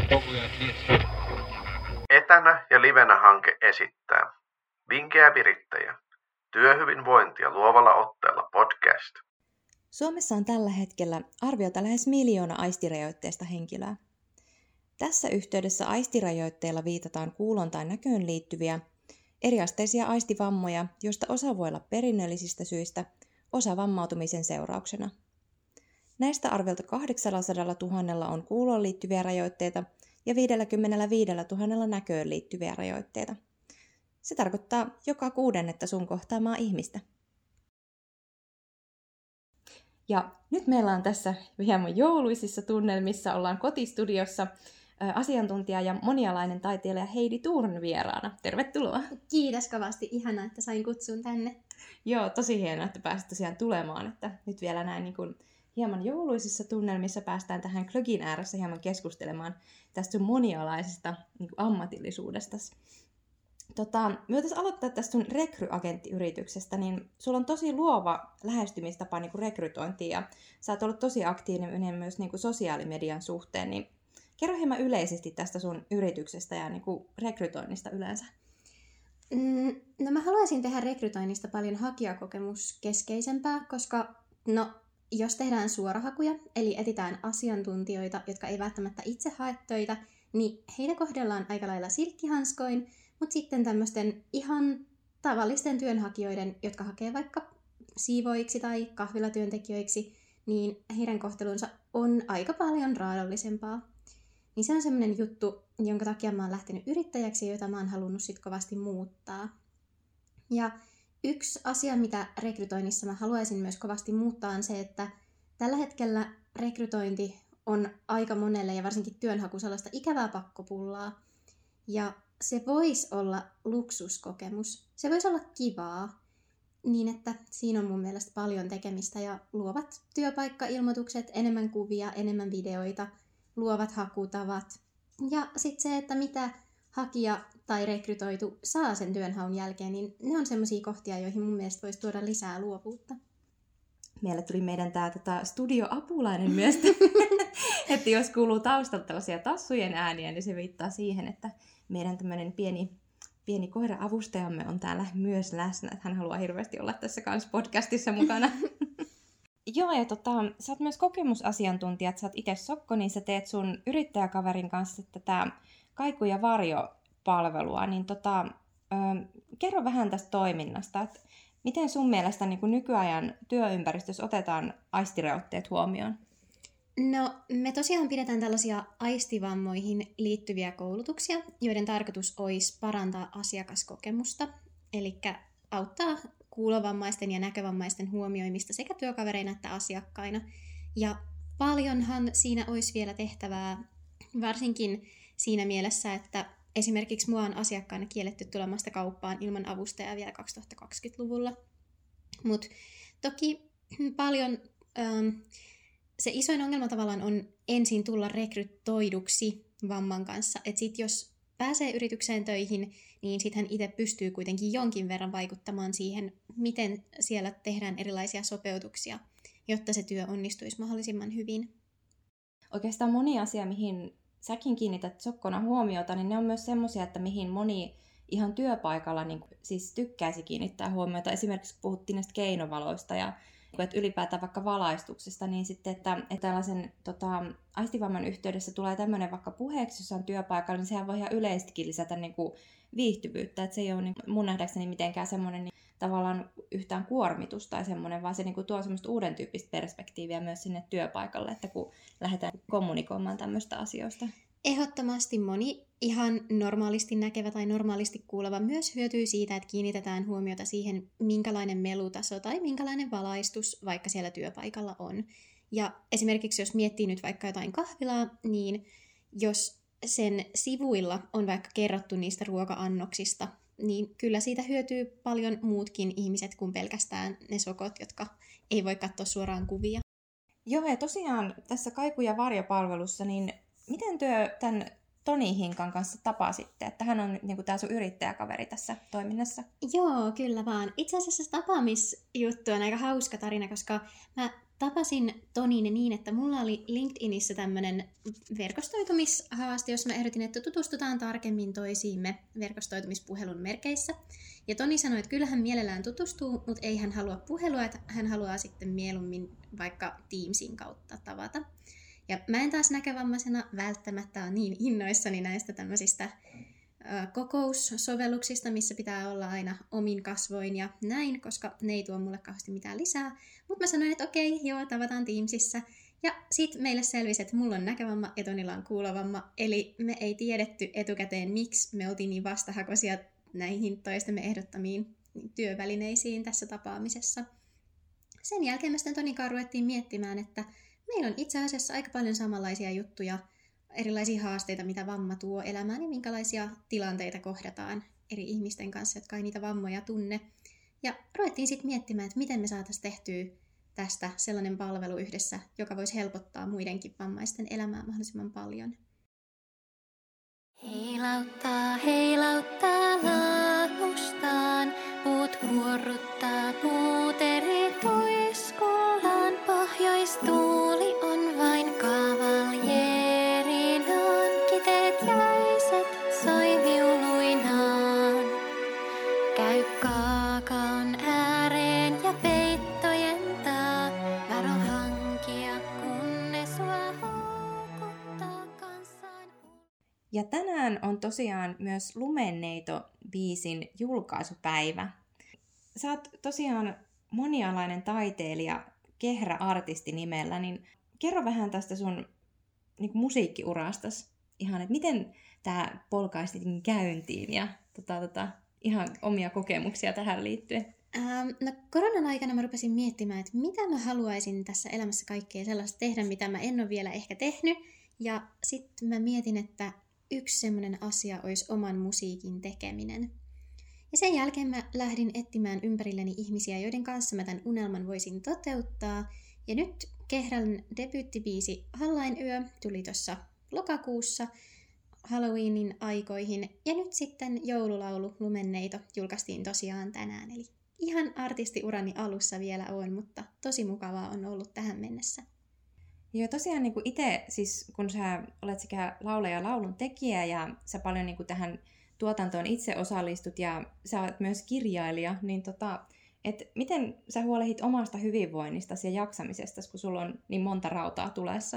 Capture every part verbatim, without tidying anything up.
Etänä ja livenä hanke esittää vinkkejä virittäjä. Työhyvinvointia luovalla otteella podcast. Suomessa on tällä hetkellä arviolta lähes miljoona aistirajoitteista henkilöä. Tässä yhteydessä aistirajoitteilla viitataan kuulon tai näköön liittyviä eriasteisia aistivammoja, joista osa voi olla perinnöllisistä syistä, osa vammautumisen seurauksena. Näistä arviolta kahdeksansataa on kuuloon liittyviä rajoitteita ja viisikymmentäviisituhatta näköön liittyviä rajoitteita. Se tarkoittaa joka kuudennetta sun kohtaamaa ihmistä. Ja nyt meillä on tässä hieman jouluisissa tunnelmissa, ollaan kotistudiossa asiantuntija ja monialainen taiteilija Heidi Thurn vieraana. Tervetuloa! Kiitos kovasti, ihanaa, että sain kutsun tänne. Joo, tosi hienoa, että pääsit tosiaan tulemaan, että nyt vielä näin niin kuin hieman jouluisissa tunnelmissa päästään tähän glögin ääressä hieman keskustelemaan tästä sun monialaisesta niin kuin ammatillisuudesta. Tota, me voitaisiin aloittaa tästä sun rekryagenttiyrityksestä, niin sulla on tosi luova lähestymistapa niin kuin rekrytointiin ja sä oot ollut tosi aktiivinen myös niin kuin sosiaalimedian suhteen, niin kerro hieman yleisesti tästä sun yrityksestä ja niin kuin rekrytoinnista yleensä. Mm, no mä haluaisin tehdä rekrytoinnista paljon hakijakokemuskeskeisempää, koska no, jos tehdään suorahakuja, eli etsitään asiantuntijoita, jotka ei välttämättä itse hae töitä, niin heitä kohdellaan aika lailla silkkihanskoin, mutta sitten tämmöisten ihan tavallisten työnhakijoiden, jotka hakee vaikka siivoiksi tai kahvilatyöntekijöiksi, niin heidän kohtelunsa on aika paljon raadollisempaa. Niin se on semmoinen juttu, jonka takia mä oon lähtenyt yrittäjäksi, jota mä oon halunnut sit kovasti muuttaa. Ja yksi asia, mitä rekrytoinnissa mä haluaisin myös kovasti muuttaa, on se, että tällä hetkellä rekrytointi on aika monelle ja varsinkin työnhaku sellaista ikävää pakkopullaa. Ja se voisi olla luksuskokemus. Se voisi olla kivaa, niin että siinä on mun mielestä paljon tekemistä ja luovat työpaikkailmoitukset, enemmän kuvia, enemmän videoita, luovat hakutavat. Ja sitten se, että mitä hakija tai rekrytoitu saa sen työnhaun jälkeen, niin ne on semmoisia kohtia, joihin mun mielestä voisi tuoda lisää luovuutta. Meille tuli meidän tää tota, studioapulainen myös, että jos kuuluu taustalta tällaisia tassujen ääniä, niin se viittaa siihen, että meidän tämmöinen pieni, pieni koira-avustajamme on täällä myös läsnä, että hän haluaa hirveästi olla tässä kanssa podcastissa mukana. Joo, ja tota, sä oot myös kokemusasiantuntija, että sä oot itse sokko, niin sä teet sun yrittäjäkaverin kanssa tätä Kaiku- ja Varjo-palvelua, niin tota, ö, kerro vähän tästä toiminnasta, että miten sun mielestä niin kuin nykyajan työympäristössä otetaan aistirajoitteet huomioon? No, me tosiaan pidetään tällaisia aistivammoihin liittyviä koulutuksia, joiden tarkoitus olisi parantaa asiakaskokemusta, eli auttaa kuulovammaisten ja näkövammaisten huomioimista sekä työkavereina että asiakkaina. Ja paljonhan siinä olisi vielä tehtävää, varsinkin siinä mielessä, että esimerkiksi mua on asiakkaana kielletty tulemasta kauppaan ilman avustajaa vielä kaksituhattakaksikymmentäluvulla. Mutta toki paljon, ähm, se isoin ongelma tavallaan on ensin tulla rekrytoiduksi vamman kanssa. Että sit jos pääsee yritykseen töihin, niin sitten hän itse pystyy kuitenkin jonkin verran vaikuttamaan siihen, miten siellä tehdään erilaisia sopeutuksia, jotta se työ onnistuisi mahdollisimman hyvin. Oikeastaan moni asia, mihin säkin kiinnität sokkona huomiota, niin ne on myös semmoisia, että mihin moni ihan työpaikalla niin siis tykkäisi kiinnittää huomiota. Esimerkiksi kun puhuttiin näistä keinovaloista ja että ylipäätään vaikka valaistuksesta, niin sitten, että, että tällaisen tota, aistivamman yhteydessä tulee tämmöinen vaikka puheeksi jossain työpaikalla, niin sehän voi ihan yleisestikin lisätä niin kuin viihtyvyyttä. Että se ei ole niin, mun nähdäkseni mitenkään semmoinen niin, tavallaan yhtään kuormitus tai semmoinen, vaan se niin kuin tuo semmoista uuden tyyppistä perspektiiviä myös sinne työpaikalle, että kun lähdetään kommunikoimaan tämmöistä asioista. Ehdottomasti moni ihan normaalisti näkevä tai normaalisti kuuleva myös hyötyy siitä, että kiinnitetään huomiota siihen, minkälainen melutaso tai minkälainen valaistus vaikka siellä työpaikalla on. Ja esimerkiksi jos miettii nyt vaikka jotain kahvilaa, niin jos sen sivuilla on vaikka kerrottu niistä ruoka-annoksista, niin kyllä siitä hyötyy paljon muutkin ihmiset kuin pelkästään ne sokot, jotka ei voi katsoa suoraan kuvia. Joo, ja tosiaan tässä Kaiku- ja Varjo-palvelussa, niin miten työ tämän Toni Hinkan kanssa tapasitte? Että hän on niin kuin tämä sun yrittäjäkaveri tässä toiminnassa. Joo, kyllä vaan. Itse asiassa se tapaamisjuttu on aika hauska tarina, koska mä tapasin Tonin niin, että mulla oli LinkedInissä tämmöinen verkostoitumishaaste, jossa mä ehdotin, että tutustutaan tarkemmin toisiimme verkostoitumispuhelun merkeissä. Ja Toni sanoi, että kyllähän mielellään tutustuu, mutta ei hän halua puhelua, että hän haluaa sitten mieluummin vaikka Teamsin kautta tavata. Ja mä en taas näkövammaisena välttämättä ole niin innoissani näistä tämmöisistä kokoussovelluksista, missä pitää olla aina omin kasvoin ja näin, koska ne ei tuo mulle kauheasti mitään lisää. Mutta mä sanoin, että okei, joo, tavataan Teamsissa. Ja sitten meille selvisi, että mulla on näkövamma ja Tonilla on kuulovamma, eli me ei tiedetty etukäteen, miksi me oltiin niin vastahakoisia näihin toistemme ehdottamiin työvälineisiin tässä tapaamisessa. Sen jälkeen me sitten Tonin kanssa ruvettiin miettimään, että meillä on itse asiassa aika paljon samanlaisia juttuja, erilaisia haasteita, mitä vamma tuo elämään ja minkälaisia tilanteita kohdataan eri ihmisten kanssa, jotka ei niitä vammoja tunne. Ja ruvettiin sitten miettimään, että miten me saataisiin tehtyä tästä sellainen palvelu yhdessä, joka voisi helpottaa muidenkin vammaisten elämää mahdollisimman paljon. Heilauttaa, heilauttaa laavustaan, puut huorruttaa puuteri tuiskullaan, pohjoistuuli on vain kavaljeerinaan, kiteet jäiset soi viuluinaan. Käy kaakaon ääreen ja peittojen taa, varo hankia, kun ne sua houkuttaa kanssaan. Ja tänään on tosiaan myös Lumenneito-biisin julkaisupäivä. Sä oot tosiaan monialainen taiteilija, Kehrä-artisti nimellä, niin kerro vähän tästä sun niin kuin musiikkiurastas. Ihan, että miten tää polkaistiin käyntiin ja tota, tota, ihan omia kokemuksia tähän liittyen. Ähm, no koronan aikana mä rupesin miettimään, että mitä mä haluaisin tässä elämässä kaikkea sellaista tehdä, mitä mä en ole vielä ehkä tehnyt. Ja sitten mä mietin, että yksi semmoinen asia olisi oman musiikin tekeminen. Ja sen jälkeen mä lähdin etsimään ympärilleni ihmisiä, joiden kanssa mä tämän unelman voisin toteuttaa. Ja nyt Kehrän debyyttibiisi Hallain-yö tuli tuossa lokakuussa Halloweenin aikoihin. Ja nyt sitten joululaulu Lumenneito julkaistiin tosiaan tänään. Eli ihan artistiurani alussa vielä on, mutta tosi mukavaa on ollut tähän mennessä. Joo, tosiaan niin itse, siis kun sä olet sekä laulaja ja laulun tekijä ja sä paljon niin kuin tähän tuotantoon itse osallistut ja sä olet myös kirjailija, niin tota, et miten sä huolehdit omasta hyvinvoinnistasi ja jaksamisesta, kun sulla on niin monta rautaa tulessa?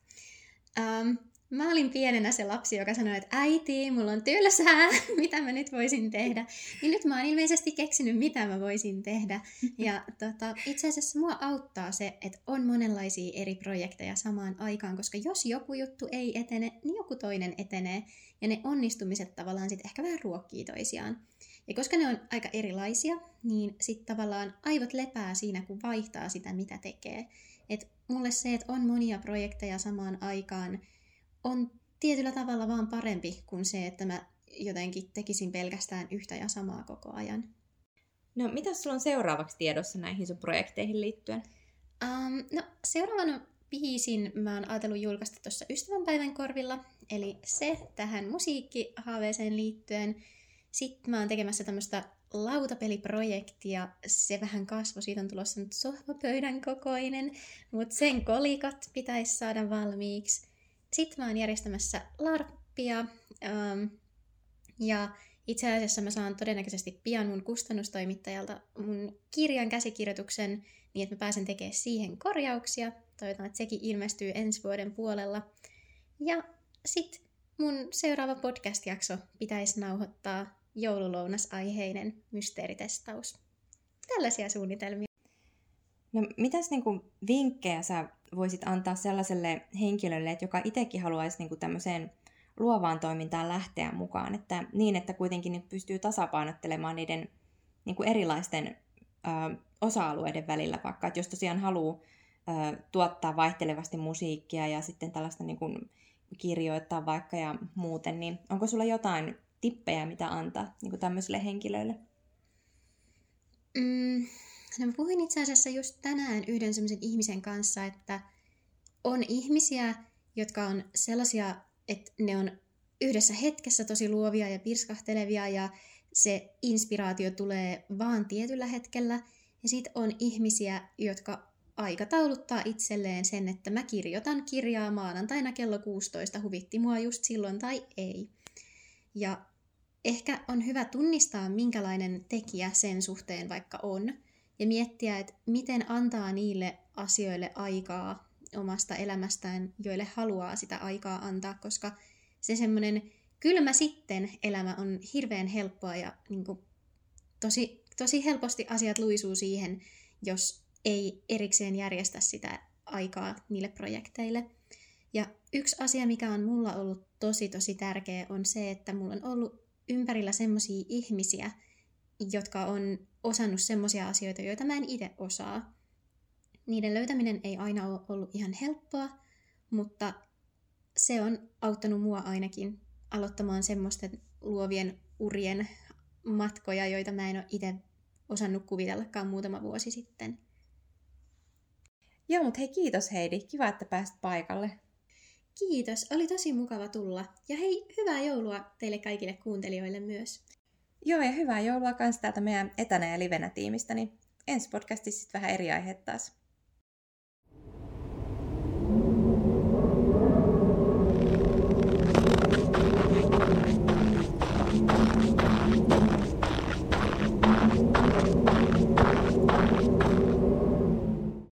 Um, mä olin pienenä se lapsi, joka sanoi, että äiti, mulla on tylsää, mitä mä nyt voisin tehdä. Niin nyt mä oon ilmeisesti keksinyt, mitä mä voisin tehdä. Ja tota, itse asiassa mua auttaa se, että on monenlaisia eri projekteja samaan aikaan, koska jos joku juttu ei etene, niin joku toinen etenee. Ja ne onnistumiset tavallaan sitten ehkä vähän ruokkii toisiaan. Ja koska ne on aika erilaisia, niin sitten tavallaan aivot lepää siinä, kun vaihtaa sitä, mitä tekee. Et mulle se, että on monia projekteja samaan aikaan, on tietyllä tavalla vaan parempi kuin se, että mä jotenkin tekisin pelkästään yhtä ja samaa koko ajan. No, mitä sulla on seuraavaksi tiedossa näihin sun projekteihin liittyen? Um, no, seuraavana biisin mä oon ajatellut julkaista tuossa ystävänpäivän korvilla, eli se tähän musiikkihaaveeseen liittyen. Sitten mä oon tekemässä tämmöistä lautapeliprojektia, se vähän kasvoi, siitä on tulossa nyt sohvapöydän kokoinen, mutta sen kolikot pitäisi saada valmiiksi. Sitten mä oon järjestämässä larppia, ähm, ja itse asiassa mä saan todennäköisesti pian mun kustannustoimittajalta mun kirjan käsikirjoituksen, niin että mä pääsen tekemään siihen korjauksia. Toivotaan, että sekin ilmestyy ensi vuoden puolella. Ja sitten mun seuraava podcast-jakso pitäisi nauhoittaa joululounasaiheinen mysteeritestaus. Tällaisia suunnitelmia. No, mitäs niinku vinkkejä sä voisit antaa sellaiselle henkilölle, että joka itsekin haluaisi niinku tämmöiseen luovaan toimintaan lähteä mukaan, että niin, että kuitenkin nyt pystyy tasapainottelemaan niiden niinku erilaisten ö, osa-alueiden välillä, vaikka että jos tosiaan haluaa ö, tuottaa vaihtelevasti musiikkia ja sitten tällaista niinku kirjoittaa vaikka ja muuten, niin onko sulla jotain tippejä, mitä antaa niinku tämmöisille henkilöille? Mm. No, mä puhuin itse asiassa just tänään yhden semmoisen ihmisen kanssa, että on ihmisiä, jotka on sellaisia, että ne on yhdessä hetkessä tosi luovia ja pirskahtelevia ja se inspiraatio tulee vaan tietyllä hetkellä. Ja sitten on ihmisiä, jotka aikatauluttaa itselleen sen, että mä kirjoitan kirjaa maanantaina kello kuusitoista, huvitti mua just silloin tai ei. Ja ehkä on hyvä tunnistaa, minkälainen tekijä sen suhteen vaikka on, ja miettiä, että miten antaa niille asioille aikaa omasta elämästään, joille haluaa sitä aikaa antaa, koska se semmoinen kylmä sitten elämä on hirveän helppoa ja niin kuin, tosi, tosi helposti asiat luisuu siihen, jos ei erikseen järjestä sitä aikaa niille projekteille. Ja yksi asia, mikä on mulla ollut tosi tosi tärkeä, on se, että mulla on ollut ympärillä semmoisia ihmisiä, jotka on osannut semmoisia asioita, joita mä en itse osaa. Niiden löytäminen ei aina ole ollut ihan helppoa, mutta se on auttanut mua ainakin aloittamaan semmoisten luovien urien matkoja, joita mä en ole itse osannut kuvitellakaan muutama vuosi sitten. Joo, mutta hei, kiitos Heidi. Kiva, että pääsit paikalle. Kiitos, oli tosi mukava tulla. Ja hei, hyvää joulua teille kaikille kuuntelijoille myös. Joo, ja hyvää joulua kans täältä meidän etänä ja livenä tiimistä, niin ensi podcastissa sitten vähän eri aiheet taas.